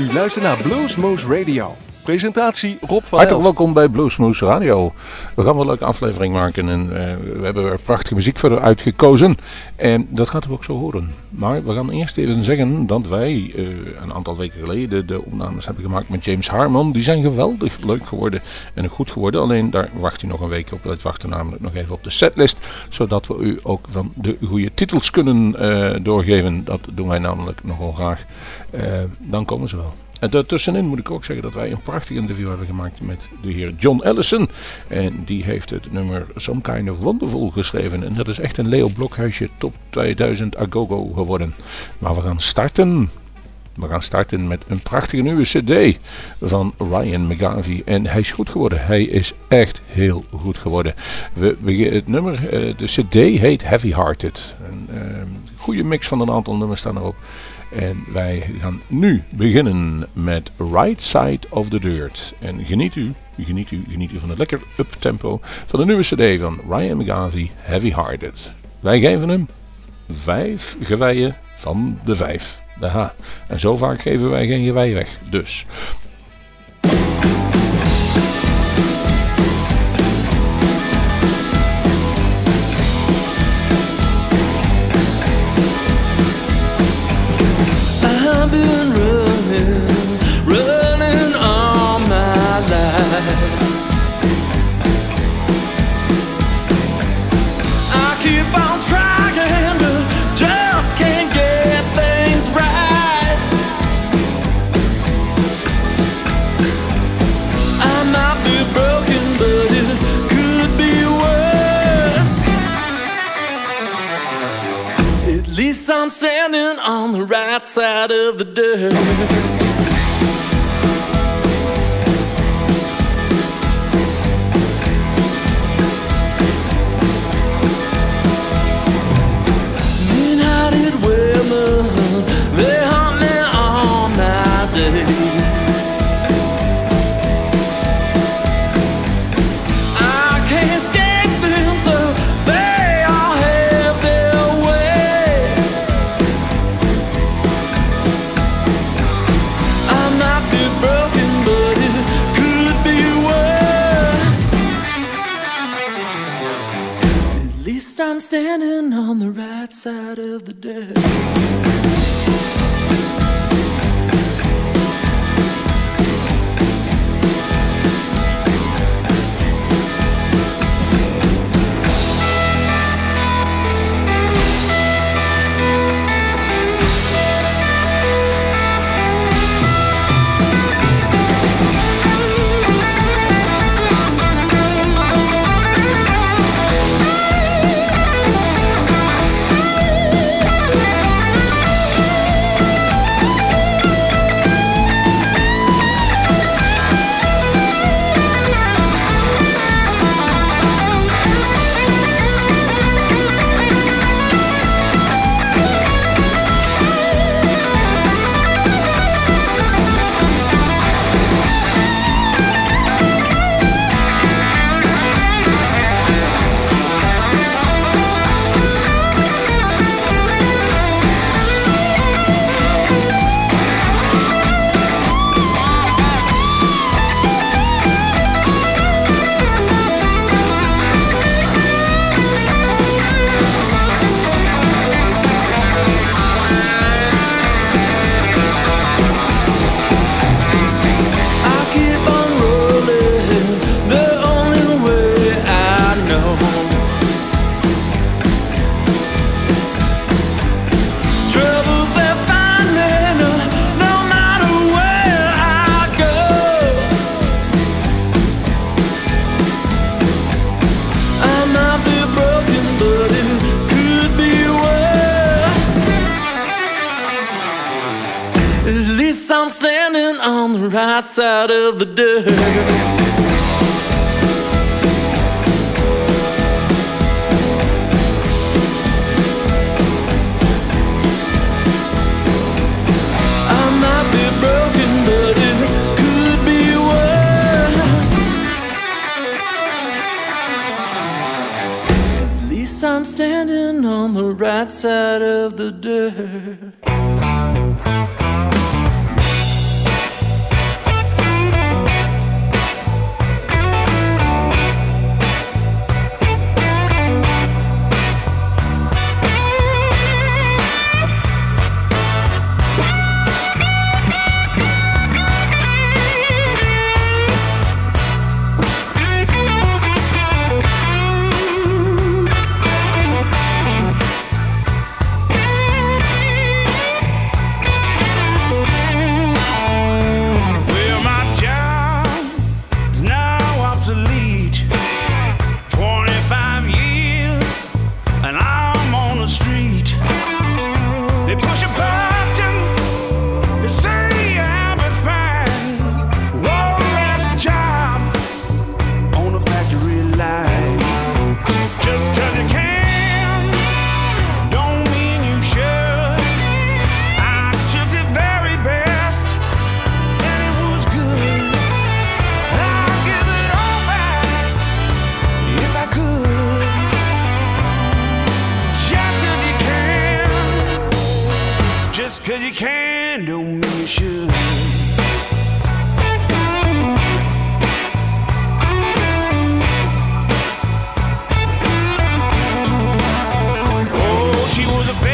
U luistert naar Bluesmoose Radio. Presentatie Rob van Elst. Hartelijk welkom bij Bluesmoose Radio. We gaan wel een leuke aflevering maken en we hebben er prachtige muziek verder uitgekozen. En dat gaat u ook zo horen. Maar we gaan eerst even zeggen dat wij een aantal weken geleden de opnames hebben gemaakt met James Harmon. Die zijn geweldig leuk geworden en goed geworden. Alleen daar wacht u nog een week op. We wachten namelijk nog even op de setlist. Zodat we u ook van de goede titels kunnen doorgeven. Dat doen wij namelijk nogal graag. Dan komen ze wel. En daartussenin moet ik ook zeggen dat wij een prachtig interview hebben gemaakt met de heer John Allison. En die heeft het nummer Some Kind of Wonderful geschreven. En dat is echt een Leo Blokhuisje Top 2000 Agogo geworden. Maar we gaan starten. We gaan starten met een prachtige nieuwe cd van Ryan McGarvey. En hij is goed geworden. Hij is echt heel goed geworden. Het nummer, de cd heet Heavy Hearted. Een goede mix van een aantal nummers staan erop. En wij gaan nu beginnen met Right Side of the Dirt. En geniet u van het lekker up-tempo van de nieuwe cd van Ryan McGarvey, Heavy Hearted. Wij geven hem 5 geweien van de 5. Aha. En zo vaak geven wij geen gewei weg. Dus... I'm standing on the right side of the dirt. Midnighted women, they haunt me all my days. I can't escape them, so they all have their way. I might be broken, but it could be worse. At least I'm standing on the right side of the dirt. I'm standing on the right side of the dirt. I might be broken, but it could be worse. At least I'm standing on the right side of the dirt. Just 'cause you can don't mean you should. Oh, she was a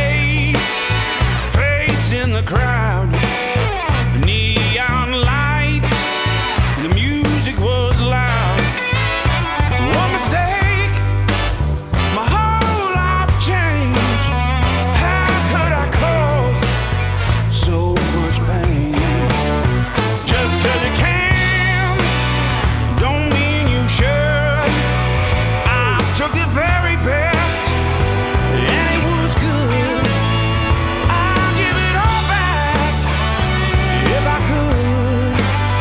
face in the crowd. Neon lights, the music was loud. One mistake, my whole life changed. How could I cause so much pain? Just 'cause you can, don't mean you should. I took the very best, and it was good. I'll give it all back if I could.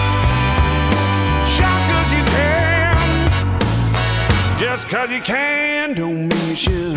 Just 'cause you can, just 'cause you can, don't mean you should.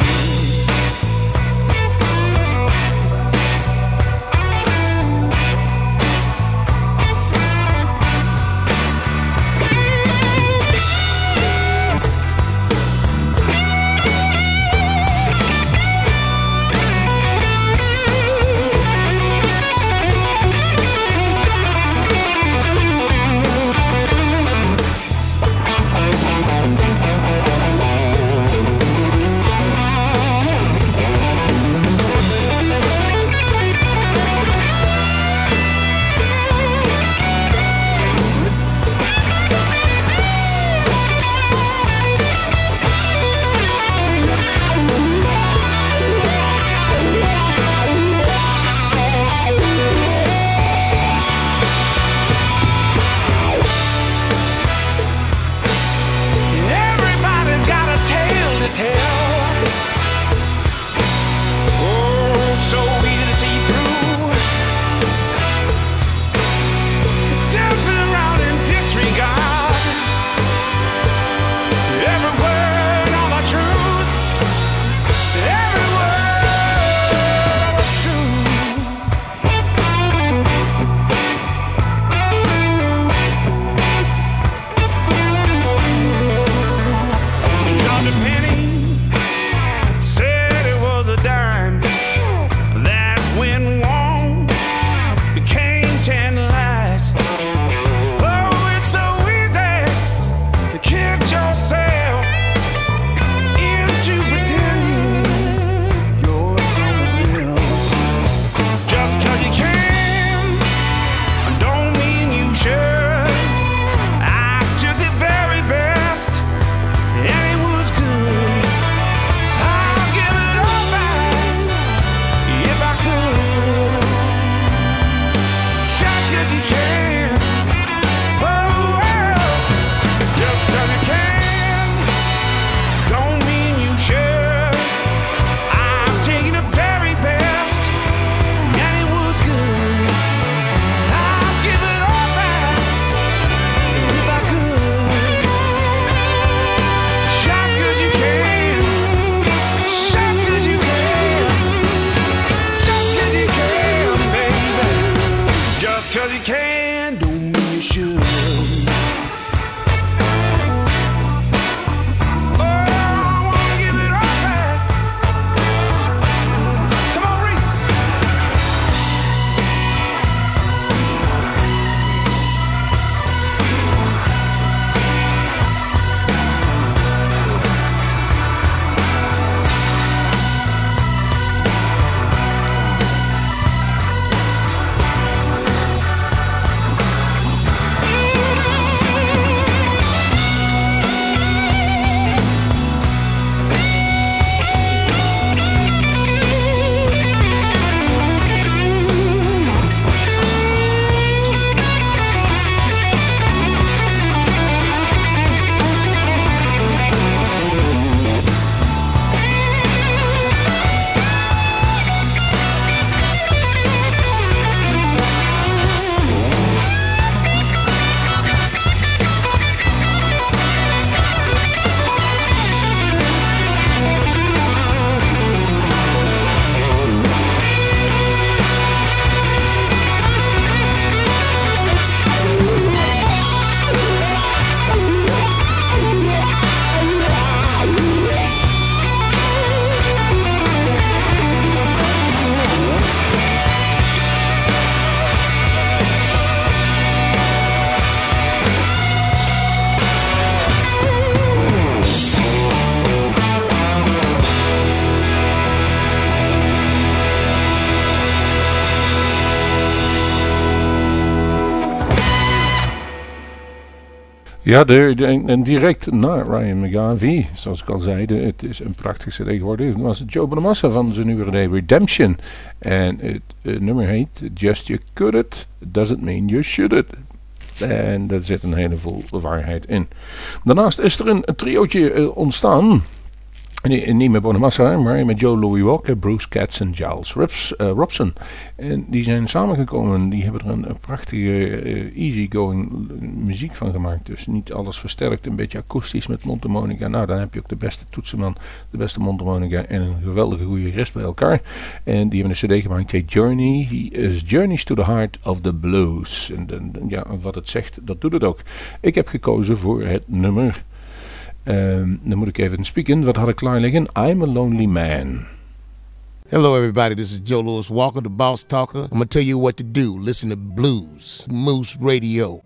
Ja, en direct na Ryan McGarvey, zoals ik al zei, het is een prachtige CD geworden. Dat was Joe Bonamassa van zijn nieuwe CD Redemption. En het nummer heet Just You Could It, Doesn't Mean You Should It. En daar zit een hele vol waarheid in. Daarnaast is er een triootje ontstaan. Niet met Bonamassa, maar met Joe Louis Walker, Bruce Katz en Giles Robson. En die zijn samengekomen. Die hebben er een prachtige easygoing muziek van gemaakt. Dus niet alles versterkt, een beetje akoestisch met mondharmonica. Nou, dan heb je ook de beste toetsenman, de beste mondharmonica en een geweldige goede rest bij elkaar. En die hebben een cd gemaakt, heet Journey. He is Journeys to the Heart of the Blues. En ja, wat het zegt, dat doet het ook. Ik heb gekozen voor het nummer... dan moet ik even spieken. Wat had ik klaar liggen? I'm a Lonely Man. Hello everybody, this is Joe Louis Walker, the Boss Talker. I'm gonna tell you what to do. Listen to Blues Moose Radio.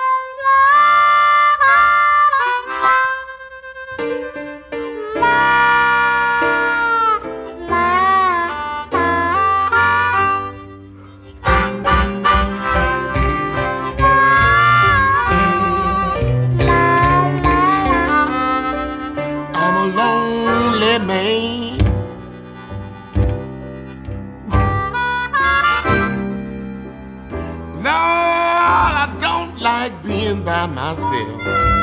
By myself.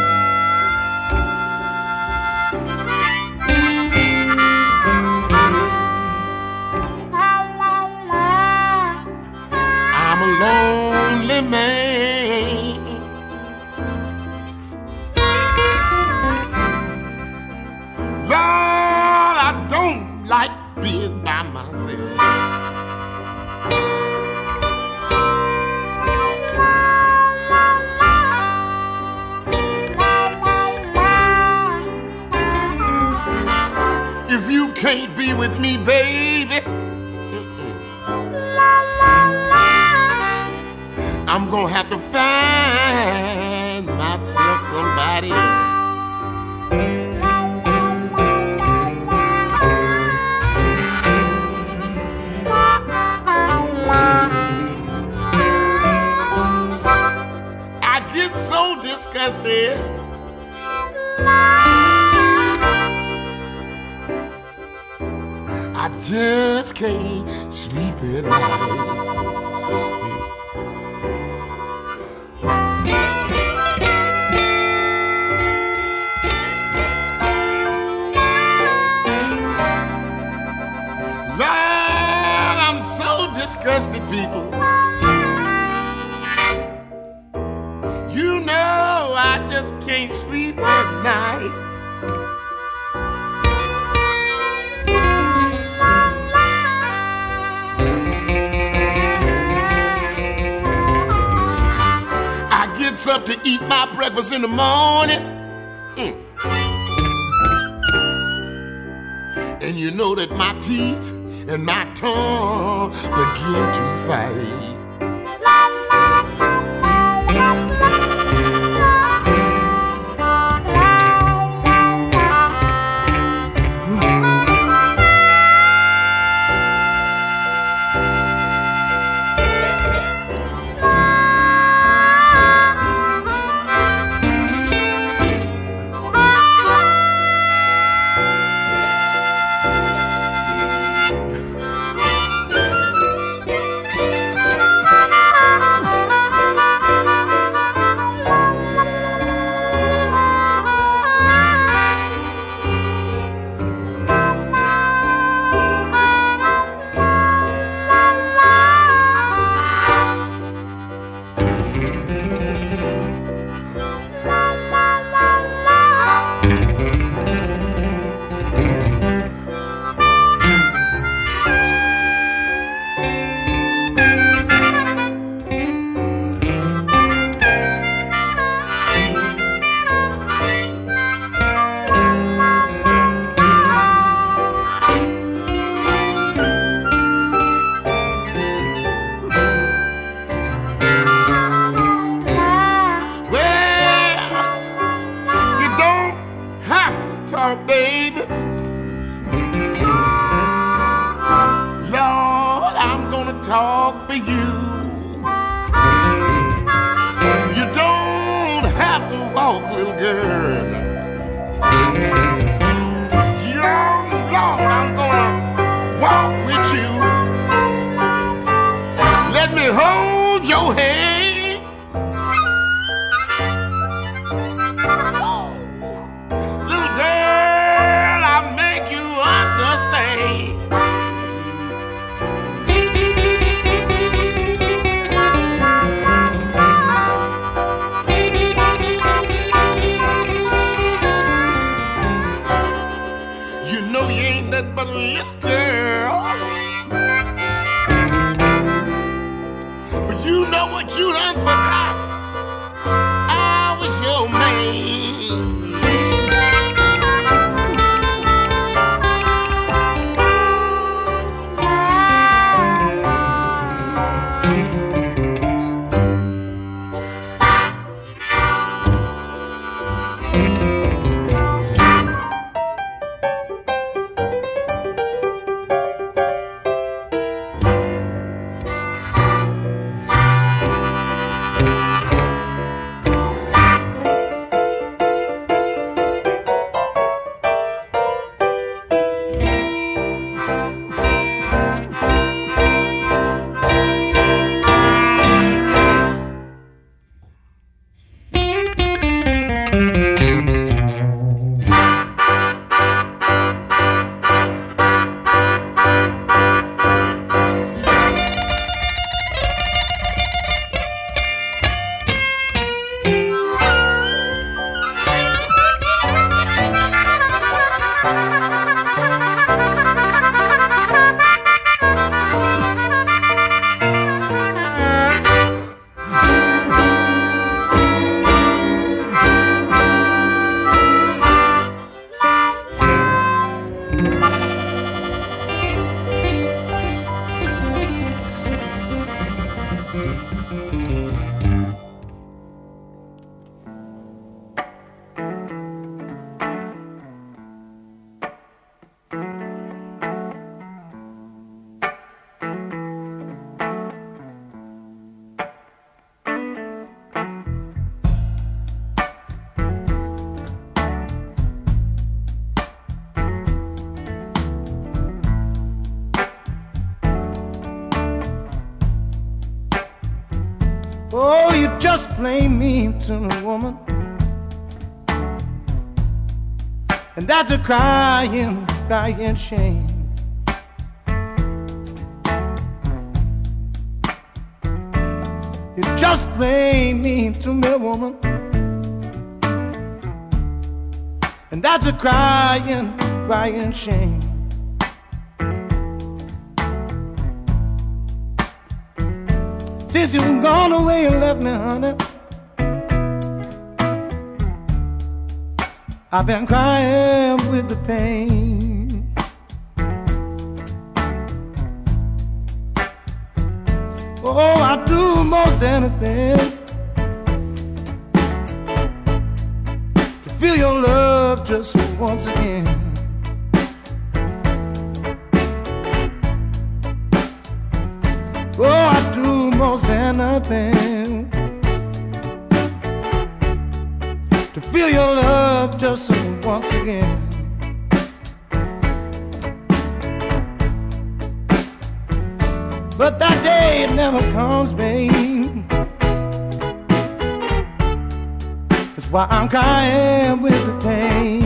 I'm a lonely man. Lord, I don't like being by myself. Can't be with me, baby. I'm gonna have to find myself somebody. I get so disgusted. I just can't sleep at night. Lord, I'm so disgusted, people. You know I just can't sleep at night. Up to eat my breakfast in the morning. And you know that my teeth and my tongue begin to fight. talk for you. You don't have to walk girl. Young Lord, I'm gonna walk with you. Let me hold your hand. Little girl, I'll make you understand. But a little girl, but you know what you done forgot. I was your man. Oh, you just plain mean to the woman, and that's a crying, crying shame. You just plain mean to me, woman, and that's a crying, crying shame. Since you gone away and left me, honey, I've been crying with the pain. Oh, I'd do most anything to feel your love just once again. Oh, I'd do most anything to feel your love just once again. But that day it never comes, babe. That's why I'm crying with the pain.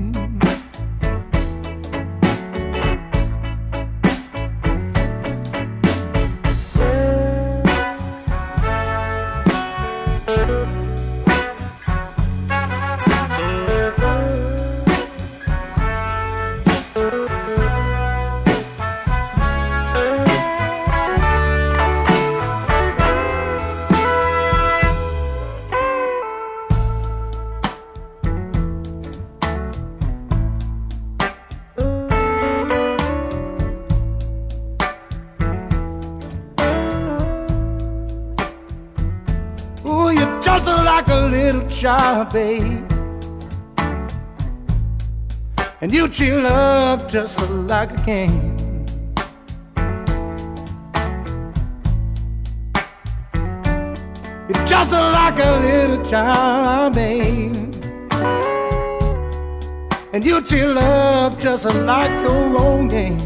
Like a little child, babe, and you treat love just like a game. You're just like a little child, babe, And you treat love just like your own game.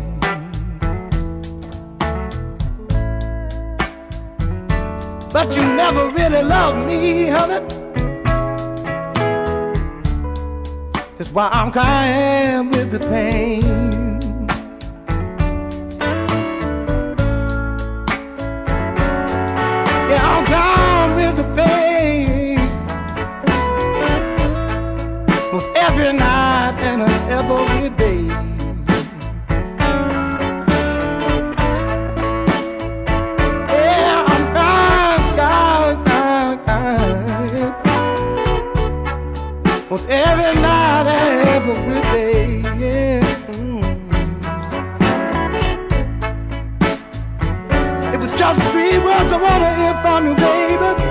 But you never really loved me, honey. That's why I'm crying with the pain. Yeah, I'm crying with the pain. Most every night and every day. Yeah, I'm crying. Most every night and every day. Yeah. It was just 3 words I wanna hear from you, baby.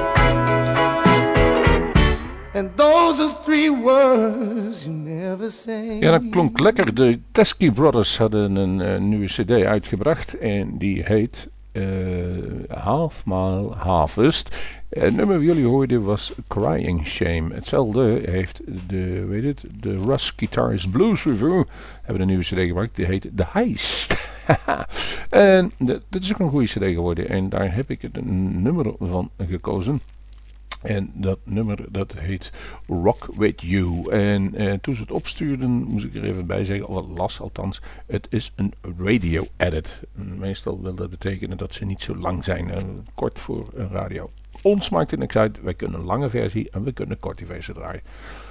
And those are 3 words you never say. Ja, dat klonk lekker. De Teskey Brothers hadden een nieuwe cd uitgebracht en die heet Half Mile Harvest. Het nummer dat jullie hoorden was Crying Shame. Hetzelfde heeft de Russ Guitars Blues Review hebben een nieuwe cd gemaakt. Die heet The Heist. En dit is ook een goede cd geworden en daar heb ik een nummer van gekozen. En dat nummer dat heet Rock With You. En toen ze het opstuurden moest ik er even bij zeggen, of het las althans, het is een radio edit. Meestal wil dat betekenen dat ze niet zo lang zijn. Kort voor een radio. Ons maakt het niks uit. Wij kunnen een lange versie en we kunnen een korte versie draaien.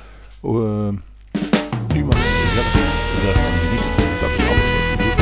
U mag zelf ervan genieten. Dat is alles wat u doet.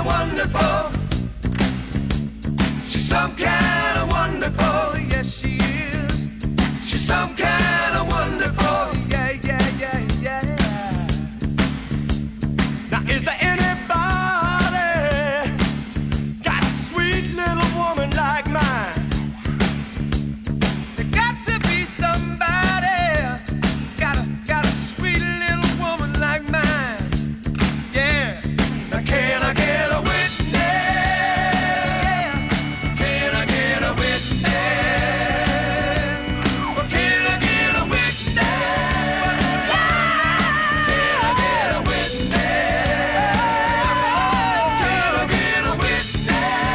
of wonderful. She's some kind of wonderful. Yes, she is. She's some kind of wonderful. Yeah, yeah, yeah, yeah. Now, is there anybody got a sweet little woman like mine? There got to be somebody got a sweet little woman like mine. Yeah. Now, can I get a witness? Can I get a witness? Well, can I get a witness? Can I get a witness? Can I get a witness?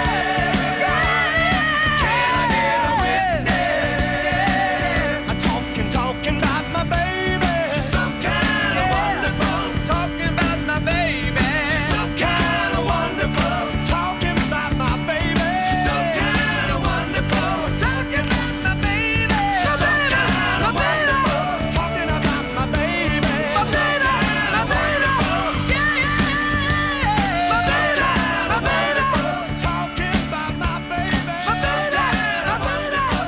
Can I get a witness? I'm talking about my baby. She's some kind of wonderful. Talking about my baby. She's some kind of wonderful. Talking about my baby. She's some kind of wonderful. Talking about my baby. She's some kind of wonderful. Talking about my baby. She's some kind of wonderful. Yeah, yeah, yeah. She's some kind of wonderful. Talking about my baby. She's some kind of wonderful.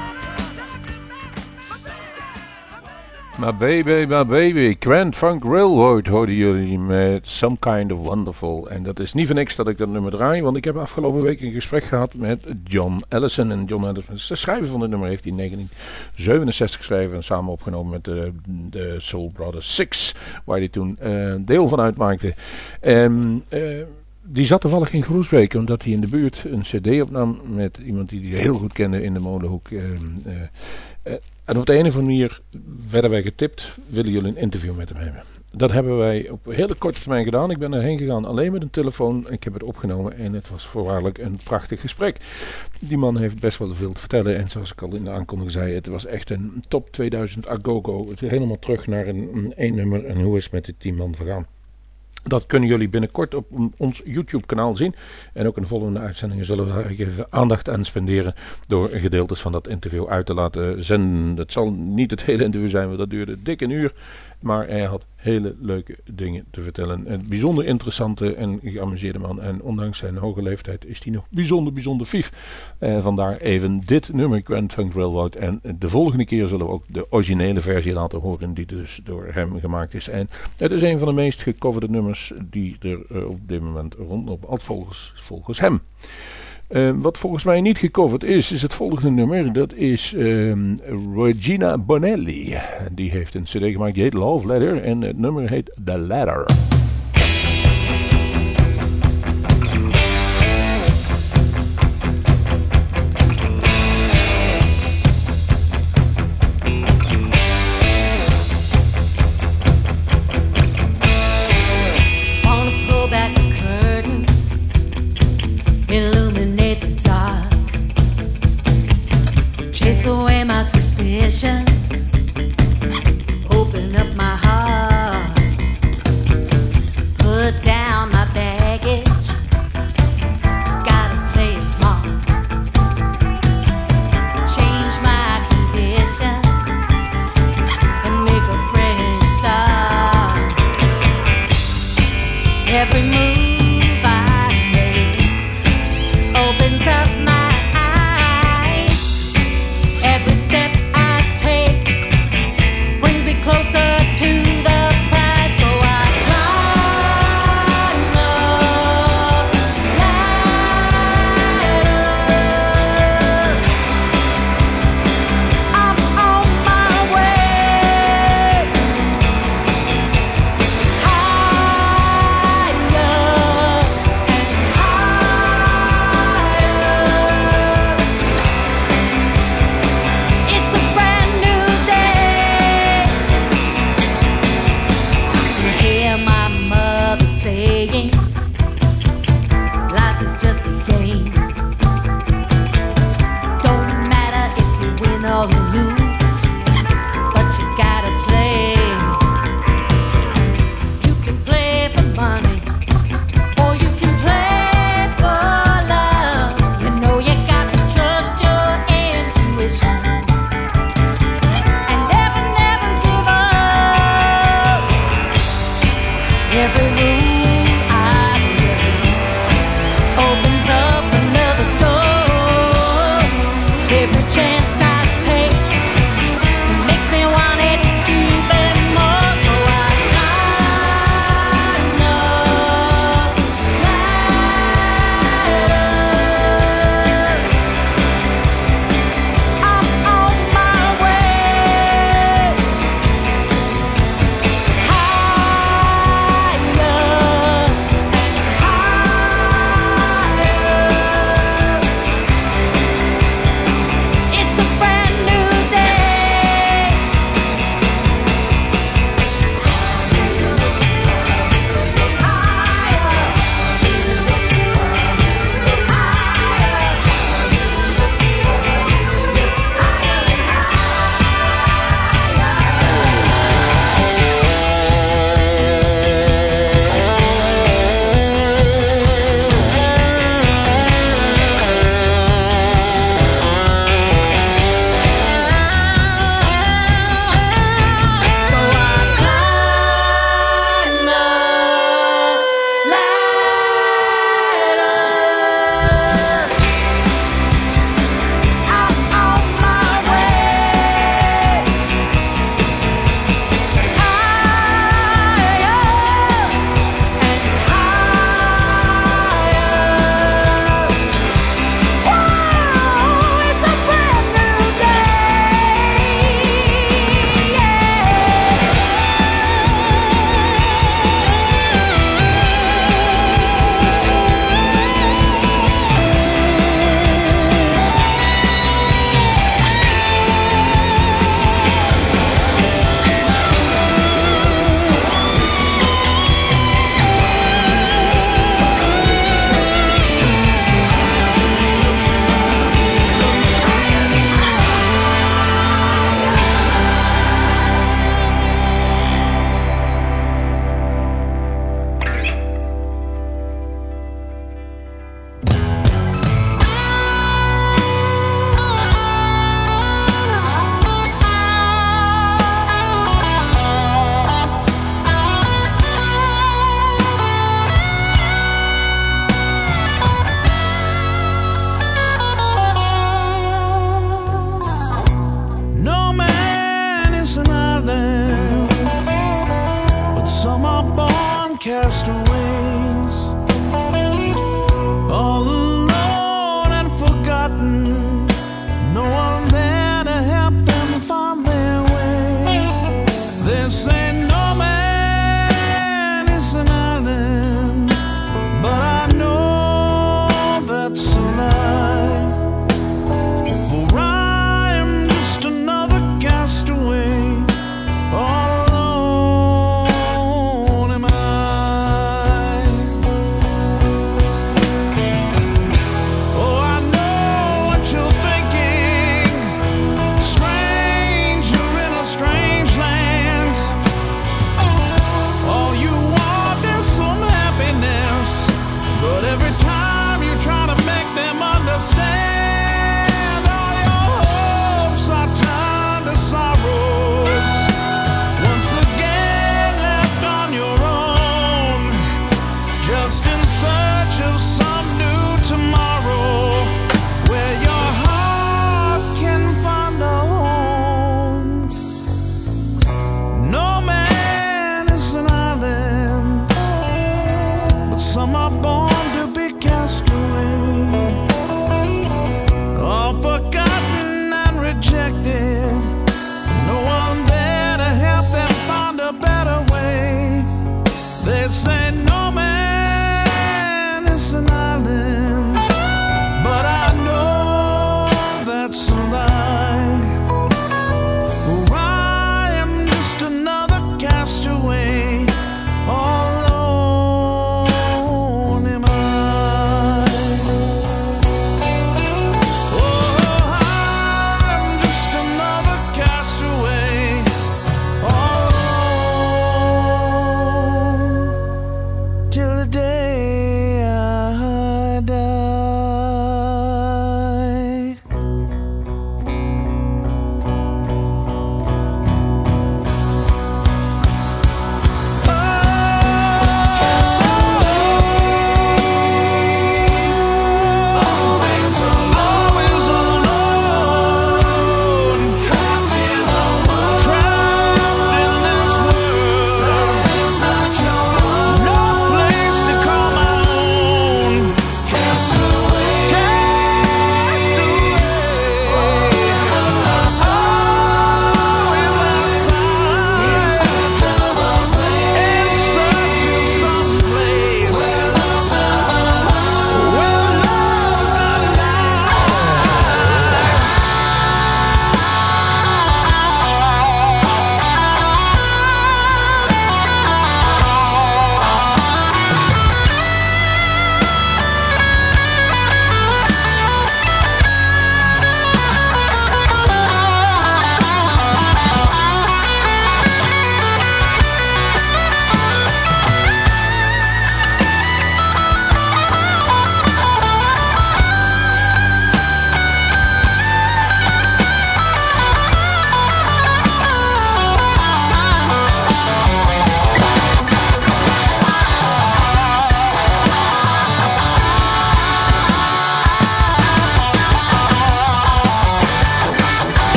My baby, Grand Funk Railroad hoorden jullie met Some Kind of Wonderful. En dat is niet voor niks dat ik dat nummer draai, want ik heb afgelopen week een gesprek gehad met John Allison. En John Allison, de schrijver van dit nummer, heeft hij in 1967 geschreven en samen opgenomen met de Soul Brothers 6, waar hij toen deel van uitmaakte. Die zat toevallig in Groesbeek, omdat hij in de buurt een cd opnam met iemand die hij heel goed kende in de Molenhoek. En op de een of andere manier werden wij getipt, willen jullie een interview met hem hebben. Dat hebben wij op hele korte termijn gedaan. Ik ben erheen gegaan alleen met een telefoon. Ik heb het opgenomen en het was voorwaardelijk een prachtig gesprek. Die man heeft best wel veel te vertellen. En zoals ik al in de aankondiging zei, het was echt een top 2000 agogo. Het is helemaal terug naar een één nummer en hoe is het met die 10 man vergaan. Dat kunnen jullie binnenkort op ons YouTube-kanaal zien. En ook in de volgende uitzendingen zullen we daar even aandacht aan spenderen door gedeeltes van dat interview uit te laten zenden. Het zal niet het hele interview zijn, want dat duurde dik een uur. Maar hij had hele leuke dingen te vertellen. Een bijzonder interessante en geamuseerde man. En ondanks zijn hoge leeftijd is hij nog bijzonder fief. Vandaar even dit nummer, Grand Funk Railroad. En de volgende keer zullen we ook de originele versie laten horen die dus door hem gemaakt is. En het is een van de meest gecoverde nummers die er op dit moment rondlopen. Volgens hem. Wat volgens mij niet gecoverd is het volgende nummer. Dat is Regina Bonelli. Die heeft een cd gemaakt, die heet Love Letter. En het nummer heet The Ladder. Away my suspicions, open up my heart.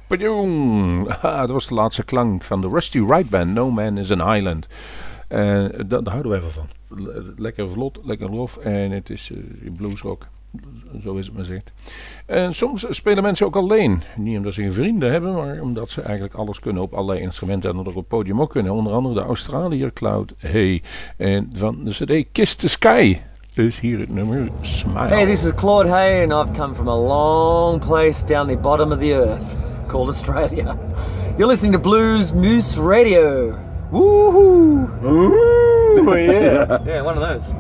Padoom. Dat was de laatste klank van de Rusty Wright Band. No Man is an Island. Daar houden we even van. Lekker vlot, lekker lof. En het is bluesrock. Zo is het maar gezegd. En soms spelen mensen ook alleen. Niet omdat ze geen vrienden hebben, maar omdat ze eigenlijk alles kunnen op allerlei instrumenten. En dat op het podium ook kunnen. Onder andere de Australiër Cloud Hay. En van de CD Kiss the Sky. Dus hier het nummer Smile. Hey, this is Claude Hay and I've come from a long place down the bottom of the earth called Australia. You're listening to Blues Moose Radio. Woohoo! Ooh, yeah. Yeah, one of those.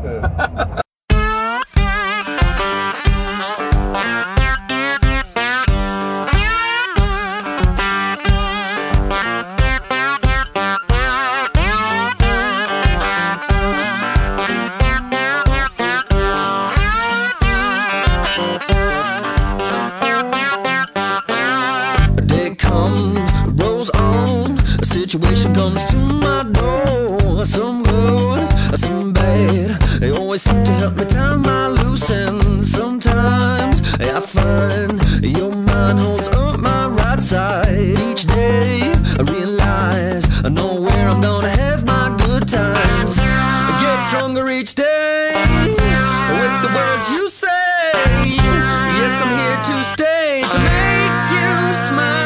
Situation comes to my door, some good, some bad. They always seem to help me tie my loose ends. Sometimes I find your mind holds up my right side. Each day I realize I know where I'm gonna have my good times. I get stronger each day with the words you say. Yes, I'm here to stay to make you smile.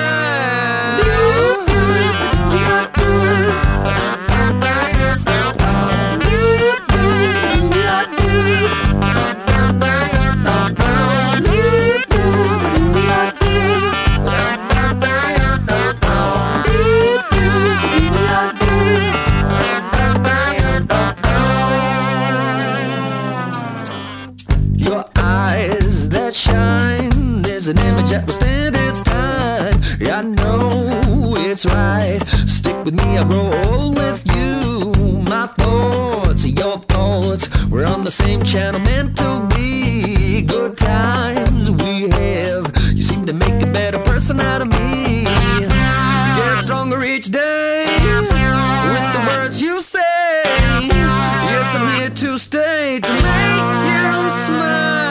Shine, there's an image that will stand its time. Yeah, I know it's right. Stick with me, I'll grow old with you. My thoughts, your thoughts, we're on the same channel, meant to be. Good times we have, you seem to make a better person out of me. Get stronger each day with the words you say. Yes, I'm here to stay to make you smile.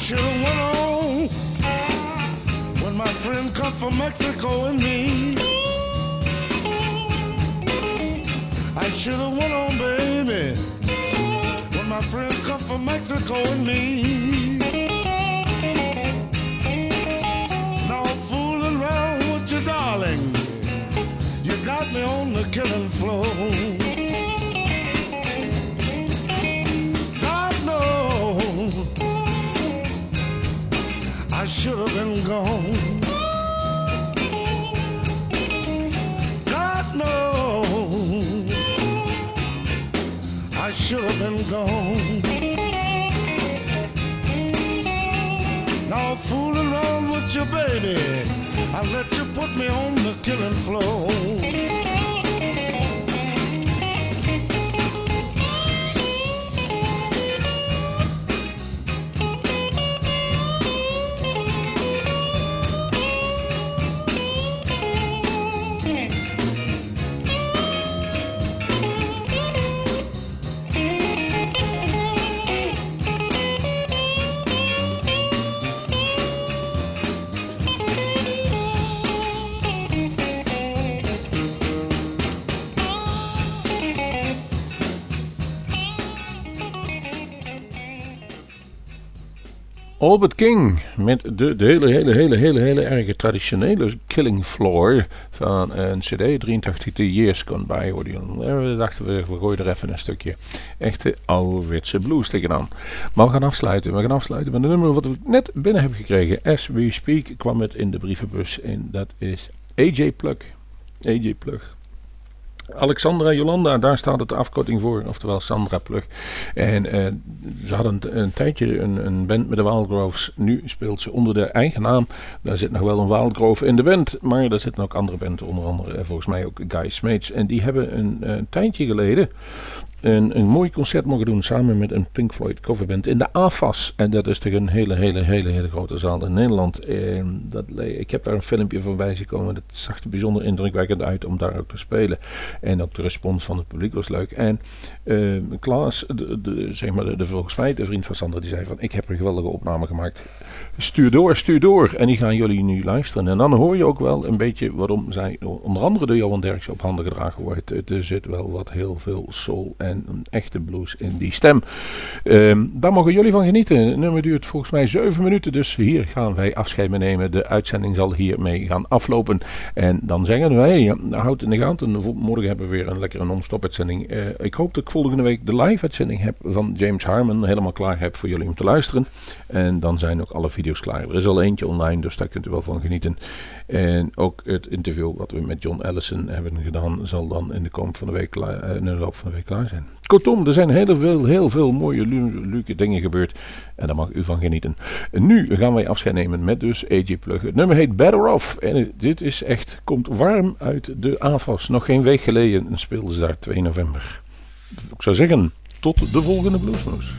should have went on when my friend come from Mexico and me. I should have went on, baby, when my friend come from Mexico and me. Now fooling around with you, darling, you got me on the killing floor. God knows I should have been gone. God knows I should have been gone. Now fooling around with you, baby, I let you put me on the killing floor. Albert King met de hele erge traditionele Killing Floor van een cd, 83 The Years Gone By. We dachten we gooien er even een stukje echte ouderwetse blues tegenaan. Maar we gaan afsluiten met een nummer wat we net binnen hebben gekregen. As We Speak kwam het in de brievenbus en dat is AJ Plug. AJ Plug. Alexandra Jolanda, daar staat het de afkorting voor, oftewel Sandra Plug. En ze hadden een tijdje een band met de Wildgroves. Nu speelt ze onder de eigen naam. Daar zit nog wel een Wildgrove in de band, maar er zitten ook andere bands, onder andere volgens mij ook Guy Smeets. En die hebben een tijdje geleden een mooi concert mogen doen samen met een Pink Floyd coverband in de AFAS. En dat is toch een hele grote zaal in Nederland. Ik heb daar een filmpje van bij gekomen. Dat zag er bijzonder indrukwekkend uit om daar ook te spelen. En ook de respons van het publiek was leuk. En Klaas, volgens mij de vriend van Sandra, die zei van: ik heb een geweldige opname gemaakt. Stuur door. En die gaan jullie nu luisteren. En dan hoor je ook wel een beetje waarom zij onder andere door Johan Derksen op handen gedragen wordt. Er zit wel wat heel veel soul en een echte blues in die stem. Daar mogen jullie van genieten. Het nummer duurt volgens mij 7 minuten. Dus hier gaan wij afscheid mee nemen. De uitzending zal hiermee gaan aflopen. En dan zeggen wij, houd in de gaten. Morgen hebben we weer een lekkere non-stop uitzending. Ik hoop dat ik volgende week de live uitzending heb van James Harmon helemaal klaar heb voor jullie om te luisteren. En dan zijn ook alle video's klaar. Er is al eentje online, dus daar kunt u wel van genieten. En ook het interview wat we met John Allison hebben gedaan, zal dan in de loop van de week klaar zijn. Kortom, er zijn heel veel mooie leuke dingen gebeurd. En daar mag u van genieten. En nu gaan wij afscheid nemen met dus AJ Plug. Het nummer heet Better Off. En dit is echt, komt warm uit de AFAS. Nog geen week geleden speelden ze daar 2 november. Ik zou zeggen, tot de volgende Bluesmoes.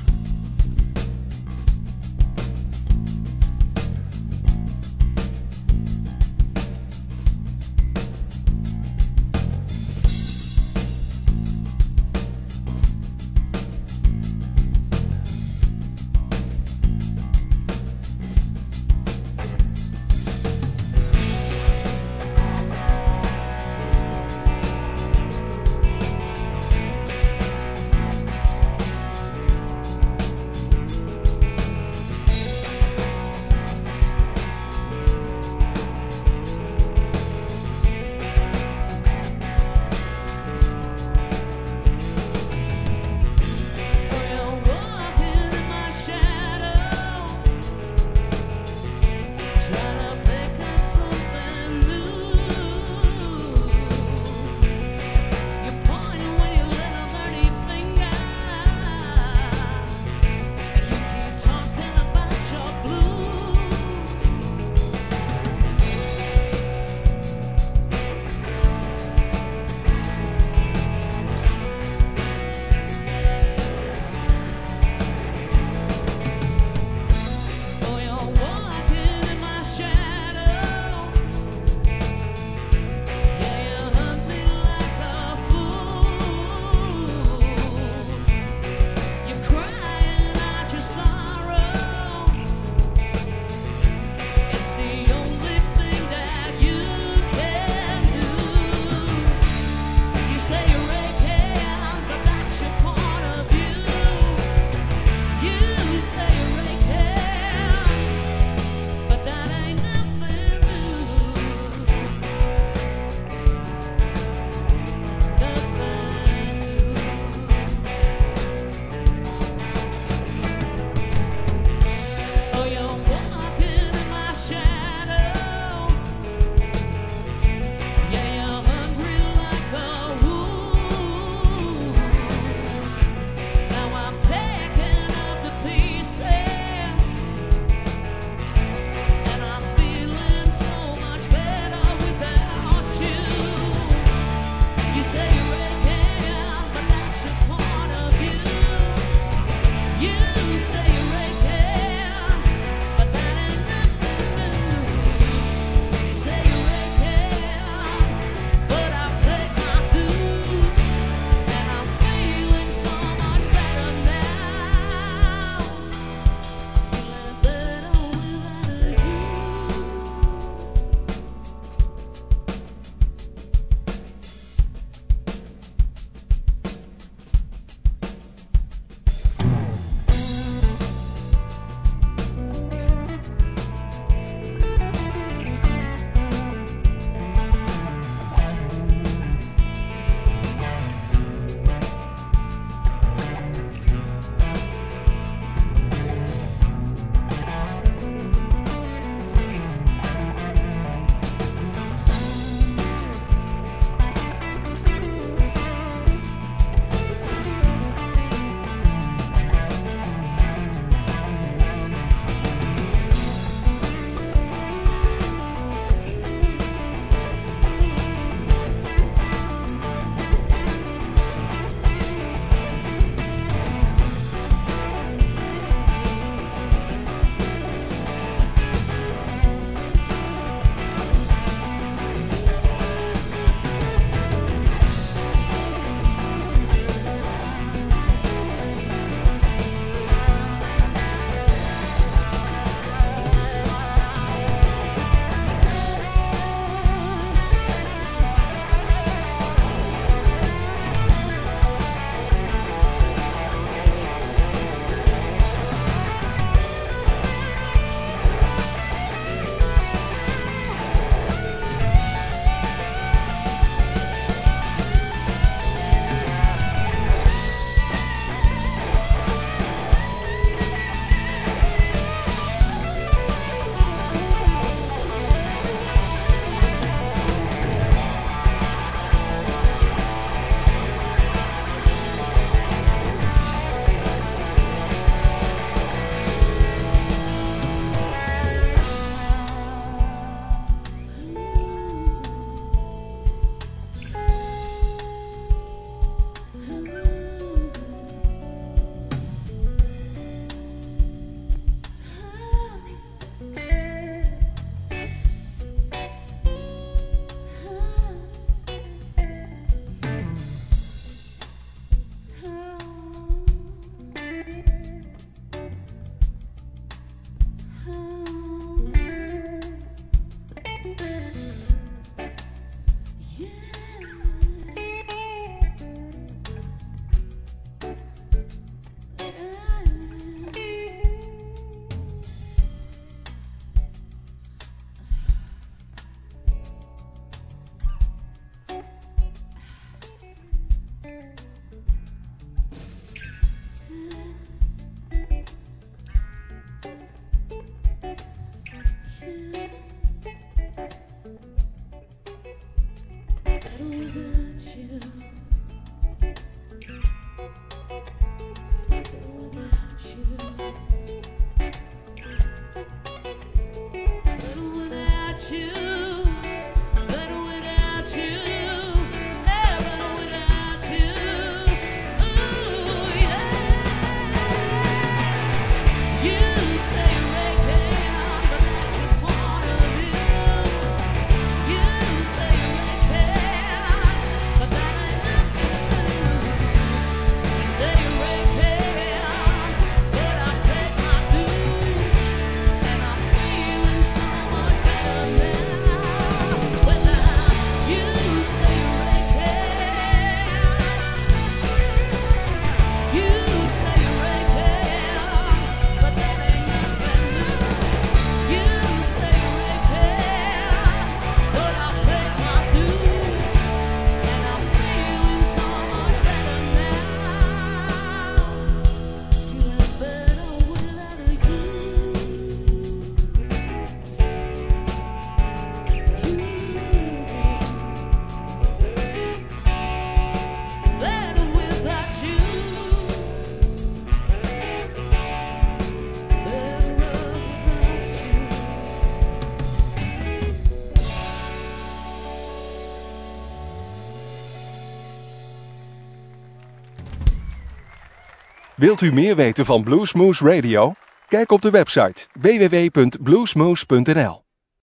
Wilt u meer weten van Bluesmoose Radio? Kijk op de website www.bluesmoose.nl.